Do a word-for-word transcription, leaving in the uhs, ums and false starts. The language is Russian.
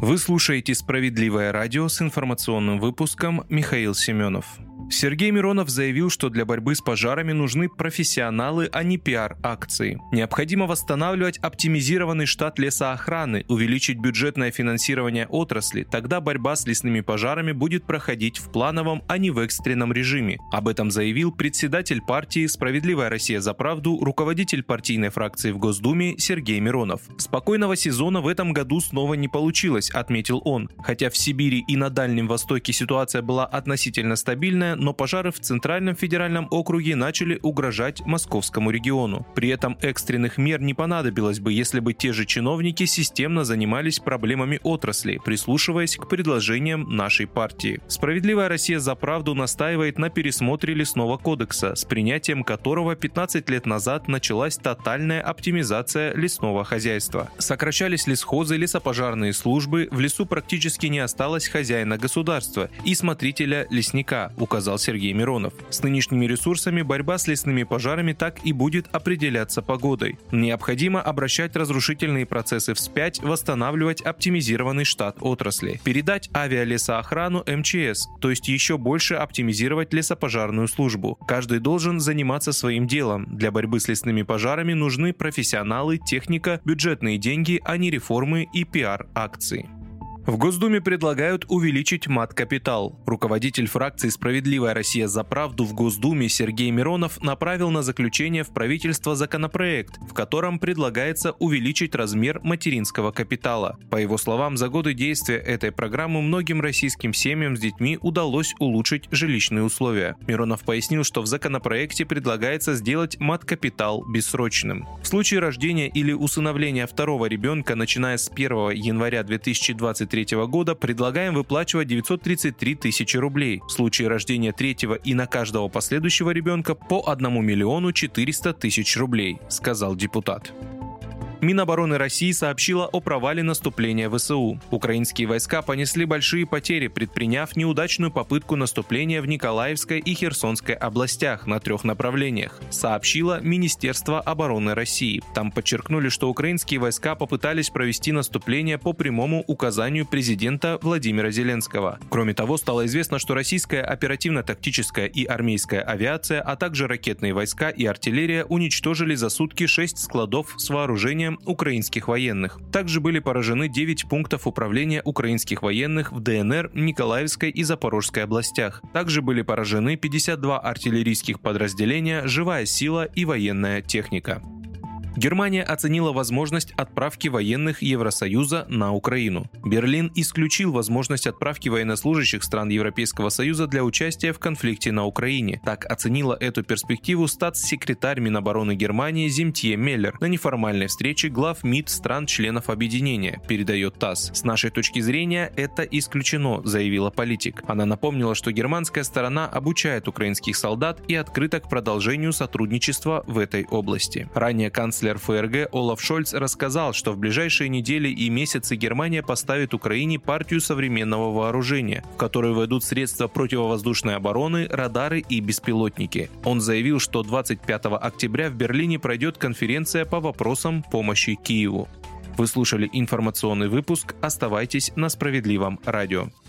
Вы слушаете «Справедливое радио» с информационным выпуском «Михаил Семенов». Сергей Миронов заявил, что для борьбы с пожарами нужны профессионалы, а не пиар-акции. Необходимо восстанавливать оптимизированный штат лесоохраны, увеличить бюджетное финансирование отрасли. Тогда борьба с лесными пожарами будет проходить в плановом, а не в экстренном режиме. Об этом заявил председатель партии «Справедливая Россия за правду», руководитель партийной фракции в Госдуме Сергей Миронов. Спокойного сезона в этом году снова не получилось, отметил он. Хотя в Сибири и на Дальнем Востоке ситуация была относительно стабильная, но пожары в Центральном федеральном округе начали угрожать московскому региону. При этом экстренных мер не понадобилось бы, если бы те же чиновники системно занимались проблемами отрасли, прислушиваясь к предложениям нашей партии. «Справедливая Россия за правду» настаивает на пересмотре лесного кодекса, с принятием которого пятнадцать лет назад началась тотальная оптимизация лесного хозяйства. Сокращались лесхозы, лесопожарные службы, в лесу практически не осталось хозяина государства и смотрителя лесника, указал Сергей Миронов. С нынешними ресурсами борьба с лесными пожарами так и будет определяться погодой. Необходимо обращать разрушительные процессы вспять, восстанавливать оптимизированный штат отрасли, передать авиалесоохрану эм че эс, то есть еще больше оптимизировать лесопожарную службу. Каждый должен заниматься своим делом. Для борьбы с лесными пожарами нужны профессионалы, техника, бюджетные деньги, а не реформы и пиар-акции. В Госдуме предлагают увеличить мат-капитал. Руководитель фракции «Справедливая Россия за правду» в Госдуме Сергей Миронов направил на заключение в правительство законопроект, в котором предлагается увеличить размер материнского капитала. По его словам, за годы действия этой программы многим российским семьям с детьми удалось улучшить жилищные условия. Миронов пояснил, что в законопроекте предлагается сделать мат-капитал бессрочным. В случае рождения или усыновления второго ребенка, начиная с первого января две тысячи двадцать третьего года, предлагаем выплачивать девятьсот тридцать три тысячи рублей. В случае рождения третьего и на каждого последующего ребенка по одному миллиону четыреста тысяч рублей, сказал депутат. Минобороны России сообщила о провале наступления вэ эс у. Украинские войска понесли большие потери, предприняв неудачную попытку наступления в Николаевской и Херсонской областях на трех направлениях, сообщило Министерство обороны России. Там подчеркнули, что украинские войска попытались провести наступление по прямому указанию президента Владимира Зеленского. Кроме того, стало известно, что российская оперативно-тактическая и армейская авиация, а также ракетные войска и артиллерия уничтожили за сутки шесть складов с вооружением украинских военных. Также были поражены девять пунктов управления украинских военных в дэ эн эр, Николаевской и Запорожской областях. Также были поражены пятьдесят два артиллерийских подразделения, живая сила и военная техника. Германия оценила возможность отправки военных Евросоюза на Украину. Берлин исключил возможность отправки военнослужащих стран Европейского Союза для участия в конфликте на Украине. Так оценила эту перспективу статс-секретарь Минобороны Германии Зимтье Меллер на неформальной встрече глав МИД стран-членов объединения, передает ТАСС. «С нашей точки зрения это исключено», заявила политик. Она напомнила, что германская сторона обучает украинских солдат и открыта к продолжению сотрудничества в этой области. Ранее канцлер Канцлер эф эр гэ Олаф Шольц рассказал, что в ближайшие недели и месяцы Германия поставит Украине партию современного вооружения, в которую войдут средства противовоздушной обороны, радары и беспилотники. Он заявил, что двадцать пятого октября в Берлине пройдет конференция по вопросам помощи Киеву. Вы слушали информационный выпуск. Оставайтесь на Справедливом радио.